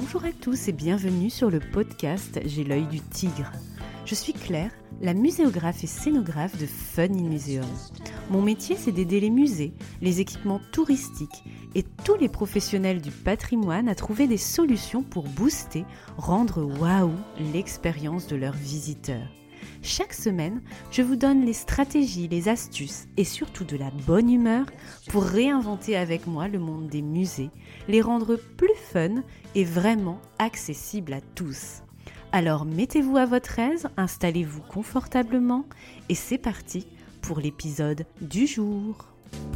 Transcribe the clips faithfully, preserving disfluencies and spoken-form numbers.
Bonjour à tous et bienvenue sur le podcast J'ai l'œil du tigre. Je suis Claire, la muséographe et scénographe de Fun in Museum. Mon métier, c'est d'aider les musées, les équipements touristiques et tous les professionnels du patrimoine à trouver des solutions pour booster, rendre waouh l'expérience de leurs visiteurs. Chaque semaine, je vous donne les stratégies, les astuces et surtout de la bonne humeur pour réinventer avec moi le monde des musées, les rendre plus fun et vraiment accessibles à tous. Alors mettez-vous à votre aise, installez-vous confortablement et c'est parti pour l'épisode du jour.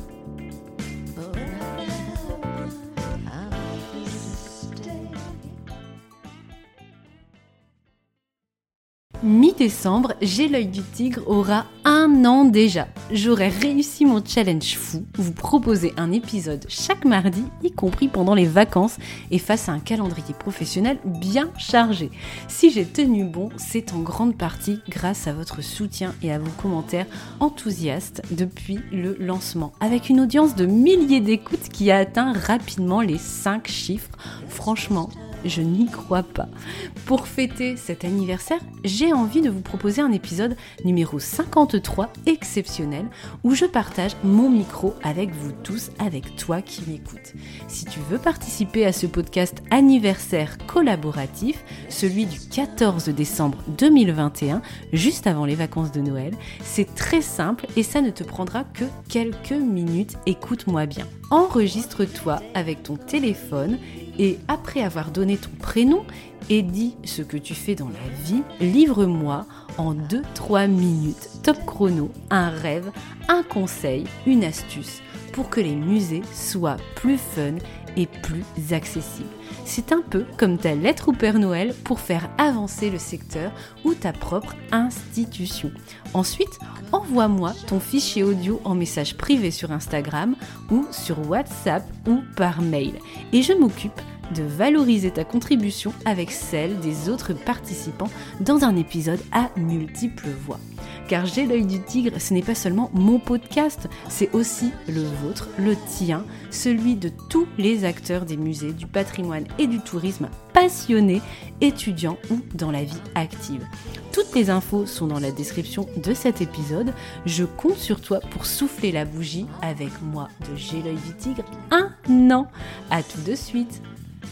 Mi-décembre, J'ai l'œil du tigre aura un an déjà. J'aurai réussi mon challenge fou, vous proposer un épisode chaque mardi, y compris pendant les vacances et face à un calendrier professionnel bien chargé. Si j'ai tenu bon, c'est en grande partie grâce à votre soutien et à vos commentaires enthousiastes depuis le lancement, avec une audience de milliers d'écoutes qui a atteint rapidement les cinq chiffres. Franchement, je n'y crois pas. Pour fêter cet anniversaire, j'ai envie de vous proposer un épisode numéro cinquante-trois exceptionnel où je partage mon micro avec vous tous, avec toi qui m'écoutes. Si tu veux participer à ce podcast anniversaire collaboratif, celui du quatorze décembre deux mille vingt et un, juste avant les vacances de Noël, c'est très simple et ça ne te prendra que quelques minutes. Écoute-moi bien. Enregistre-toi avec ton téléphone et après avoir donné ton prénom et dit ce que tu fais dans la vie, livre-moi en deux à trois minutes, top chrono, un rêve, un conseil, une astuce pour que les musées soient plus fun et plus accessibles. C'est un peu comme ta lettre au Père Noël pour faire avancer le secteur ou ta propre institution. Ensuite, envoie-moi ton fichier audio en message privé sur Instagram ou sur WhatsApp ou par mail. Et je m'occupe de valoriser ta contribution avec celle des autres participants dans un épisode à multiples voix. Car J'ai l'œil du tigre, ce n'est pas seulement mon podcast, c'est aussi le vôtre, le tien, celui de tous les acteurs des musées, du patrimoine et du tourisme passionnés, étudiants ou dans la vie active. Toutes les infos sont dans la description de cet épisode. Je compte sur toi pour souffler la bougie avec moi de J'ai l'œil du tigre un an. À tout de suite.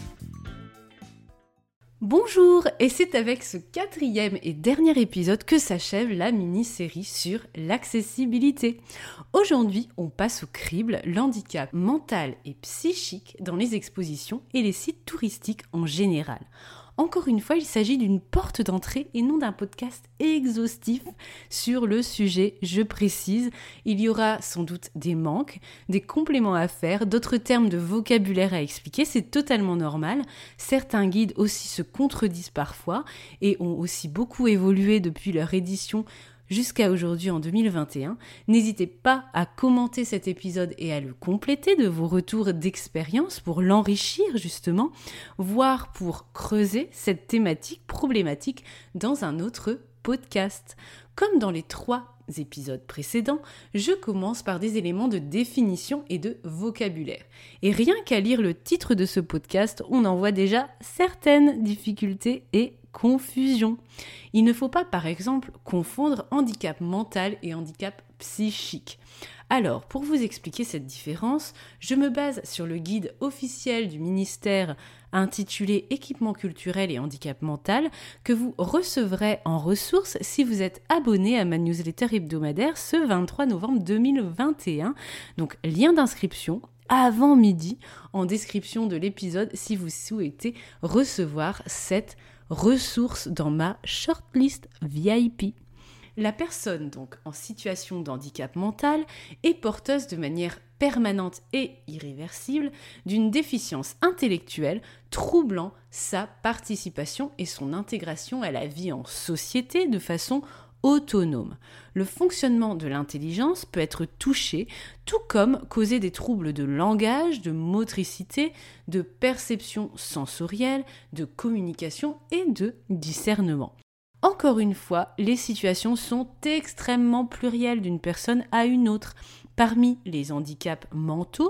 Bonjour, et c'est avec ce quatrième et dernier épisode que s'achève la mini-série sur l'accessibilité. Aujourd'hui, on passe au crible, l'handicap mental et psychique dans les expositions et les sites touristiques en général. Encore une fois, il s'agit d'une porte d'entrée et non d'un podcast exhaustif sur le sujet, je précise. Il y aura sans doute des manques, des compléments à faire, d'autres termes de vocabulaire à expliquer, c'est totalement normal. Certains guides aussi se contredisent parfois et ont aussi beaucoup évolué depuis leur édition jusqu'à aujourd'hui en deux mille vingt et un. N'hésitez pas à commenter cet épisode et à le compléter de vos retours d'expérience pour l'enrichir justement, voire pour creuser cette thématique problématique dans un autre podcast. Comme dans les trois épisodes précédents, je commence par des éléments de définition et de vocabulaire. Et rien qu'à lire le titre de ce podcast, on en voit déjà certaines difficultés et confusion. Il ne faut pas, par exemple, confondre handicap mental et handicap psychique. Alors, pour vous expliquer cette différence, je me base sur le guide officiel du ministère intitulé Équipement culturel et handicap mental que vous recevrez en ressources si vous êtes abonné à ma newsletter hebdomadaire ce vingt-trois novembre deux mille vingt et un. Donc, lien d'inscription avant midi en description de l'épisode si vous souhaitez recevoir cette ressources dans ma shortlist V I P. La personne donc en situation de handicap mental est porteuse de manière permanente et irréversible d'une déficience intellectuelle troublant sa participation et son intégration à la vie en société de façon autonome. Le fonctionnement de l'intelligence peut être touché, tout comme causer des troubles de langage, de motricité, de perception sensorielle, de communication et de discernement. Encore une fois, les situations sont extrêmement plurielles d'une personne à une autre. Parmi les handicaps mentaux,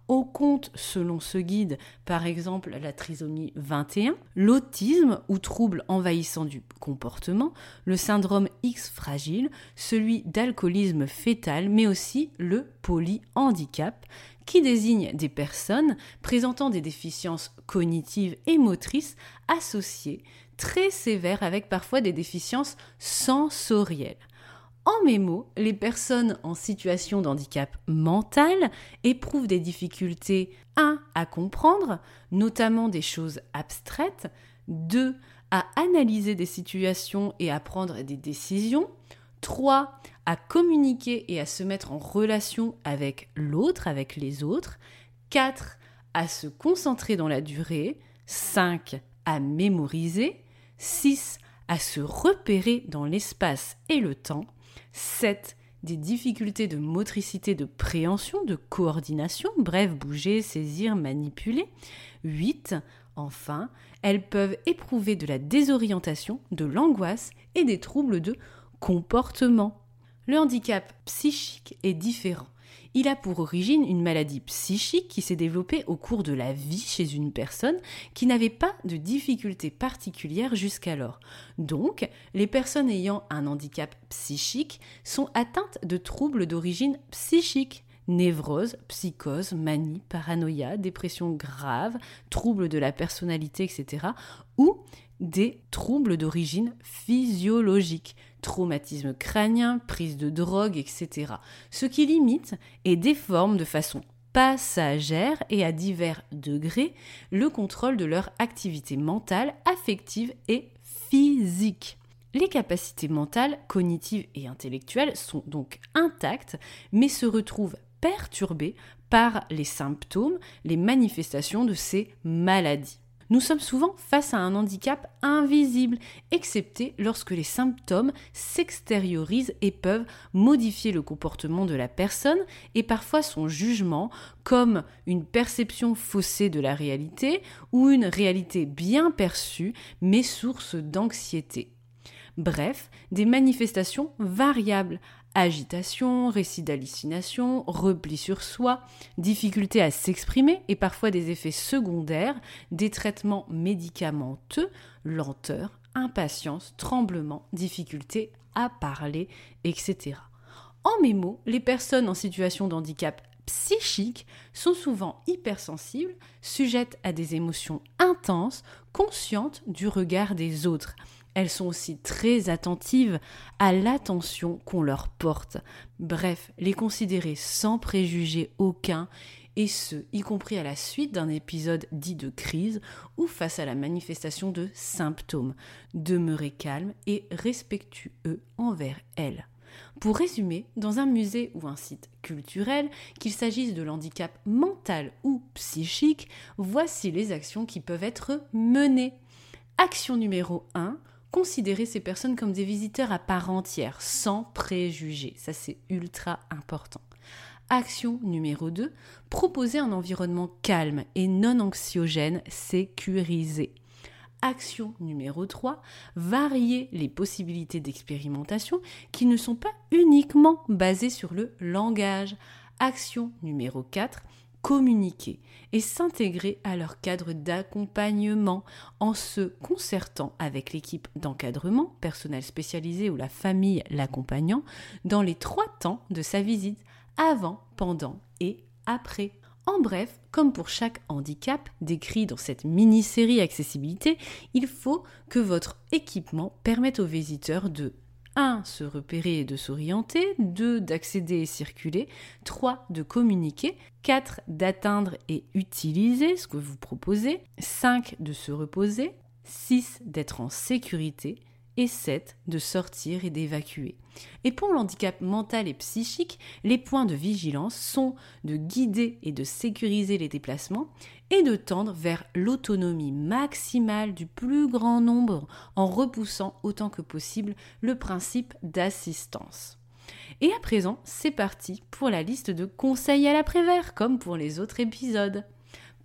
au compte selon ce guide, par exemple la trisomie vingt et un, l'autisme ou trouble envahissant du comportement, le syndrome X fragile, celui d'alcoolisme fœtal, mais aussi le polyhandicap, qui désigne des personnes présentant des déficiences cognitives et motrices associées, très sévères avec parfois des déficiences sensorielles. En mes mots, les personnes en situation de handicap mental éprouvent des difficultés un à comprendre, notamment des choses abstraites, deux à analyser des situations et à prendre des décisions, trois à communiquer et à se mettre en relation avec l'autre, avec les autres, quatre à se concentrer dans la durée, cinq à mémoriser, six à se repérer dans l'espace et le temps, sept des difficultés de motricité, de préhension, de coordination, bref, bouger, saisir, manipuler. huit enfin, elles peuvent éprouver de la désorientation, de l'angoisse et des troubles de comportement. Le handicap psychique est différent. Il a pour origine une maladie psychique qui s'est développée au cours de la vie chez une personne qui n'avait pas de difficultés particulières jusqu'alors. Donc, les personnes ayant un handicap psychique sont atteintes de troubles d'origine psychique. Névrose, psychose, manie, paranoïa, dépression grave, troubles de la personnalité, et cetera. Ou des troubles d'origine physiologique, traumatisme crânien, prise de drogue, et cetera. Ce qui limite et déforme de façon passagère et à divers degrés le contrôle de leur activité mentale, affective et physique. Les capacités mentales, cognitives et intellectuelles sont donc intactes, mais se retrouvent perturbées par les symptômes, les manifestations de ces maladies. Nous sommes souvent face à un handicap invisible, excepté lorsque les symptômes s'extériorisent et peuvent modifier le comportement de la personne et parfois son jugement, comme une perception faussée de la réalité ou une réalité bien perçue mais source d'anxiété. Bref, des manifestations variables. Agitation, récit d'hallucination, repli sur soi, difficulté à s'exprimer et parfois des effets secondaires, des traitements médicamenteux, lenteur, impatience, tremblement, difficulté à parler, et cetera. En mes mots, les personnes en situation de handicap psychique sont souvent hypersensibles, sujettes à des émotions intenses, conscientes du regard des autres. Elles sont aussi très attentives à l'attention qu'on leur porte. Bref, les considérer sans préjugés aucun, et ce, y compris à la suite d'un épisode dit de crise ou face à la manifestation de symptômes. Demeurer calme et respectueux envers elles. Pour résumer, dans un musée ou un site culturel, qu'il s'agisse de handicap mental ou psychique, voici les actions qui peuvent être menées. Action numéro un. Considérer ces personnes comme des visiteurs à part entière, sans préjugés. Ça, c'est ultra important. Action numéro deux. Proposer un environnement calme et non anxiogène, sécurisé. Action numéro trois. Varier les possibilités d'expérimentation qui ne sont pas uniquement basées sur le langage. Action numéro quatre. Communiquer et s'intégrer à leur cadre d'accompagnement en se concertant avec l'équipe d'encadrement, personnel spécialisé ou la famille l'accompagnant dans les trois temps de sa visite, avant, pendant et après. En bref, comme pour chaque handicap décrit dans cette mini-série accessibilité, il faut que votre équipement permette aux visiteurs de un. Se repérer et de s'orienter. deux. D'accéder et circuler. trois. De communiquer. quatre. D'atteindre et utiliser ce que vous proposez. cinq. De se reposer. six. D'être en sécurité. Et sept. De sortir et d'évacuer. Et pour l'handicap mental et psychique, les points de vigilance sont de guider et de sécuriser les déplacements et de tendre vers l'autonomie maximale du plus grand nombre en repoussant autant que possible le principe d'assistance. Et à présent, c'est parti pour la liste de conseils à l'après-vert, comme pour les autres épisodes.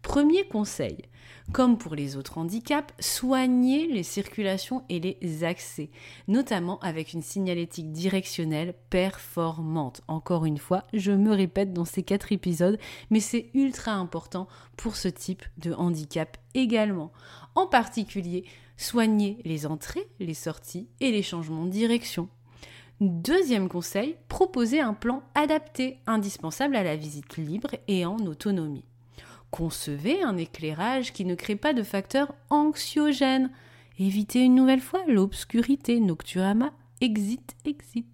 Premier conseil, comme pour les autres handicaps, soignez les circulations et les accès, notamment avec une signalétique directionnelle performante. Encore une fois, je me répète dans ces quatre épisodes, mais c'est ultra important pour ce type de handicap également. En particulier, soignez les entrées, les sorties et les changements de direction. Deuxième conseil, proposez un plan adapté, indispensable à la visite libre et en autonomie. Concevez un éclairage qui ne crée pas de facteurs anxiogènes. Évitez une nouvelle fois l'obscurité. Nocturama, exit, exit.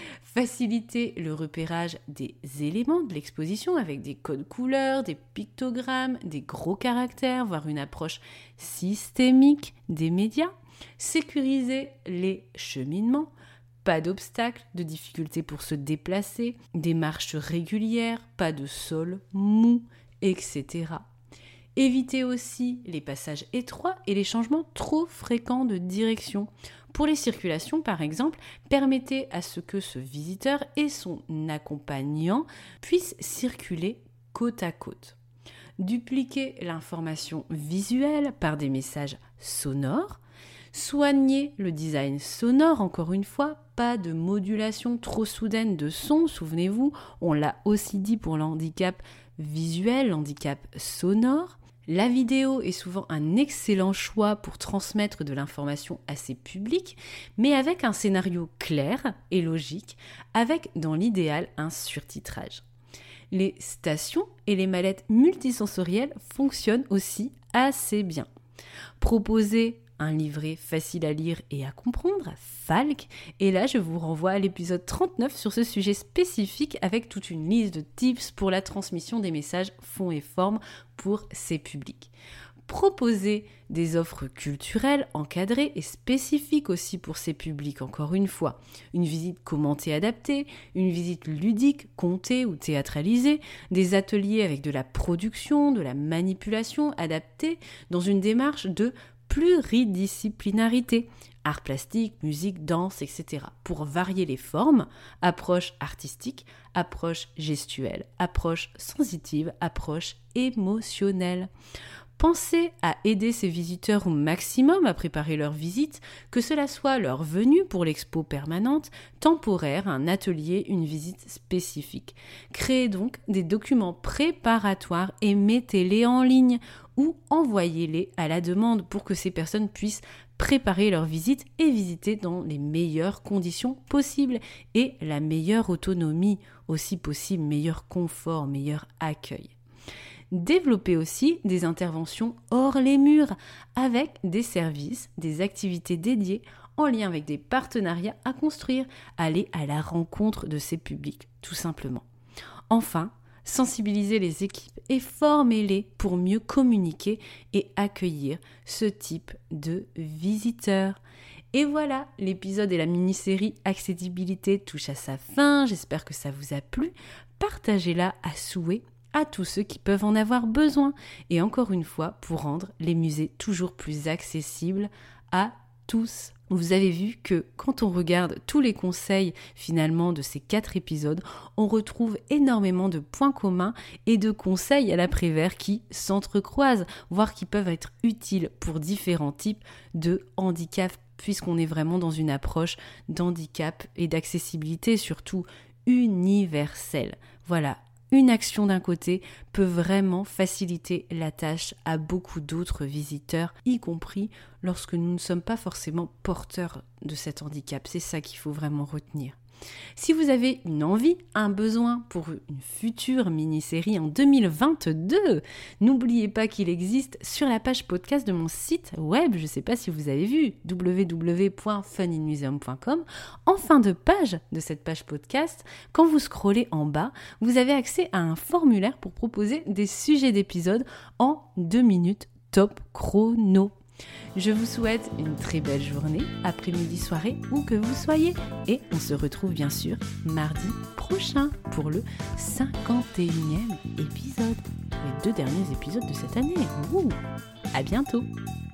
Facilitez le repérage des éléments de l'exposition avec des codes couleurs, des pictogrammes, des gros caractères, voire une approche systémique des médias. Sécurisez les cheminements. Pas d'obstacles, de difficultés pour se déplacer, des marches régulières, pas de sol mou, et cetera. Évitez aussi les passages étroits et les changements trop fréquents de direction. Pour les circulations, par exemple, permettez à ce que ce visiteur et son accompagnant puissent circuler côte à côte. Dupliquez l'information visuelle par des messages sonores. Soignez le design sonore, encore une fois, pas de modulation trop soudaine de son, souvenez-vous, on l'a aussi dit pour le handicap visuel, handicap sonore. La vidéo est souvent un excellent choix pour transmettre de l'information à ses publics, mais avec un scénario clair et logique, avec dans l'idéal un surtitrage. Les stations et les mallettes multisensorielles fonctionnent aussi assez bien. Proposez un livret facile à lire et à comprendre, Falk. Et là, je vous renvoie à l'épisode trente-neuf sur ce sujet spécifique avec toute une liste de tips pour la transmission des messages fond et forme pour ces publics. Proposez des offres culturelles encadrées et spécifiques aussi pour ces publics, encore une fois. Une visite commentée adaptée, une visite ludique, contée ou théâtralisée, des ateliers avec de la production, de la manipulation adaptée dans une démarche de pluridisciplinarité, art plastique, musique, danse, et cetera. Pour varier les formes, approche artistique, approche gestuelle, approche sensitive, approche émotionnelle. Pensez à aider ces visiteurs au maximum à préparer leur visite, que cela soit leur venue pour l'expo permanente, temporaire, un atelier, une visite spécifique. Créez donc des documents préparatoires et mettez-les en ligne ou envoyez-les à la demande pour que ces personnes puissent préparer leur visite et visiter dans les meilleures conditions possibles et la meilleure autonomie aussi possible, meilleur confort, meilleur accueil. Développer aussi des interventions hors les murs avec des services, des activités dédiées en lien avec des partenariats à construire, aller à la rencontre de ces publics, tout simplement. Enfin, sensibiliser les équipes et formez-les pour mieux communiquer et accueillir ce type de visiteurs. Et voilà, l'épisode et la mini-série Accessibilité touchent à sa fin. J'espère que ça vous a plu. Partagez-la à souhait à tous ceux qui peuvent en avoir besoin. Et encore une fois, pour rendre les musées toujours plus accessibles à tous. Vous avez vu que quand on regarde tous les conseils finalement de ces quatre épisodes, on retrouve énormément de points communs et de conseils à l'après-vert qui s'entrecroisent, voire qui peuvent être utiles pour différents types de handicaps, puisqu'on est vraiment dans une approche d'handicap et d'accessibilité surtout universelle. Voilà. Une action d'un côté peut vraiment faciliter la tâche à beaucoup d'autres visiteurs, y compris lorsque nous ne sommes pas forcément porteurs de cet handicap. C'est ça qu'il faut vraiment retenir. Si vous avez une envie, un besoin pour une future mini-série en deux mille vingt-deux, n'oubliez pas qu'il existe sur la page podcast de mon site web, je ne sais pas si vous avez vu, w w w point fun in museum point com. En fin de page de cette page podcast, quand vous scrollez en bas, vous avez accès à un formulaire pour proposer des sujets d'épisodes en deux minutes top chrono. Je vous souhaite une très belle journée, après-midi, soirée, où que vous soyez. Et on se retrouve bien sûr mardi prochain pour le cinquante et unième épisode. Les deux derniers épisodes de cette année. Ouh, à bientôt.